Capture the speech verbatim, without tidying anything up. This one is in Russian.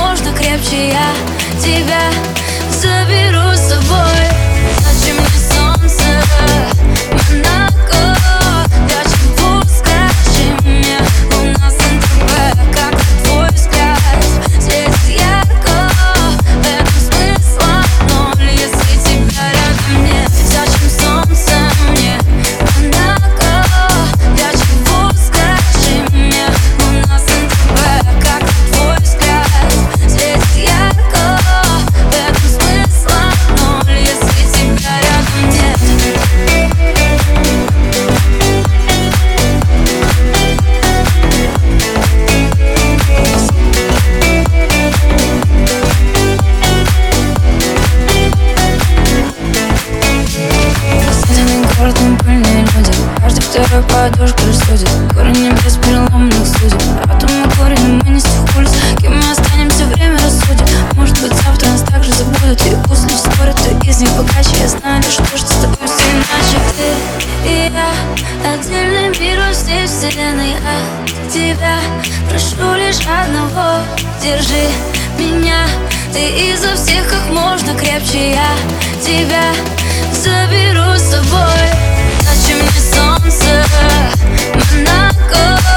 можно крепче. Я тебя заберу с собой. Зачем мне солнце, Монако? Для чего, скажи мне? Луна с эн тэ вэ, как твой взгляд светит ярко. В этом смысла ноль, если тебя рядом нет. Зачем солнце мне, Монако? Для чего, скажи мне? Луна с эн тэ вэ, как твой взгляд светит ярко. В этом смысла ноль, если тебя рядом нет. Городом пыльные люди, каждый второй подушка рассудит. Корни без переломных судеб, атомы корень, мы не с тех улиц. Кем мы останемся, время рассудит. Может быть, завтра нас также забудут, и пусть лишь спорят, кто из них богаче. Я знаю лишь то, что с тобой все иначе. Ты и я, отдельный мир во всей вселенной. От тебя прошу лишь одного: держи меня, ты изо всех как можно крепче. Я тебя заберу с собой. Зачем мне солнце, Монако?